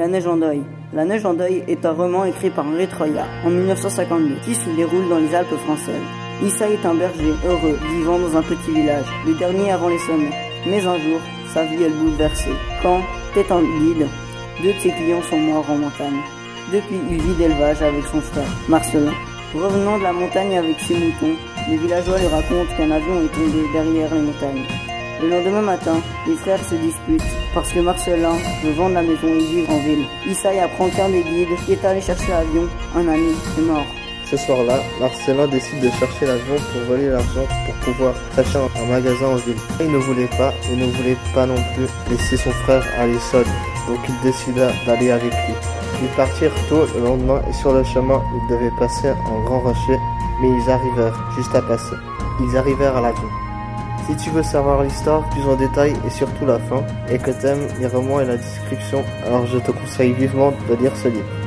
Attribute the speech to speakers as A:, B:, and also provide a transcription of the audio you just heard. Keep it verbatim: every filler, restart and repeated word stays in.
A: La neige en deuil. La neige en deuil est un roman écrit par Henri Troyat en mille neuf cent cinquante-deux qui se déroule dans les Alpes françaises. Isaïe est un berger heureux vivant dans un petit village, le dernier avant les sommets. Mais un jour, sa vie est bouleversée. Quand, tête en guide, deux de ses clients sont morts en montagne. Depuis, il vit d'élevage avec son frère, Marcelin. Revenant de la montagne avec ses moutons, les villageois lui racontent qu'un avion est tombé derrière les montagnes. Le lendemain matin, les frères se disputent parce que Marcelin veut vendre la maison et vivre en ville. Isaïe apprend qu'un des guides qui est allé chercher l'avion, un ami, est mort.
B: Ce soir-là, Marcelin décide de chercher l'avion pour voler l'argent pour pouvoir s'acheter un magasin en ville. Il ne voulait pas et ne voulait pas non plus laisser son frère aller seul, donc il décida d'aller avec lui. Ils partirent tôt le lendemain et sur le chemin, ils devaient passer un grand rocher, mais ils arrivèrent juste à passer. Ils arrivèrent à l'avion. Si tu veux savoir l'histoire plus en détail et surtout la fin, et que t'aimes les romans et la description, alors je te conseille vivement de lire ce livre.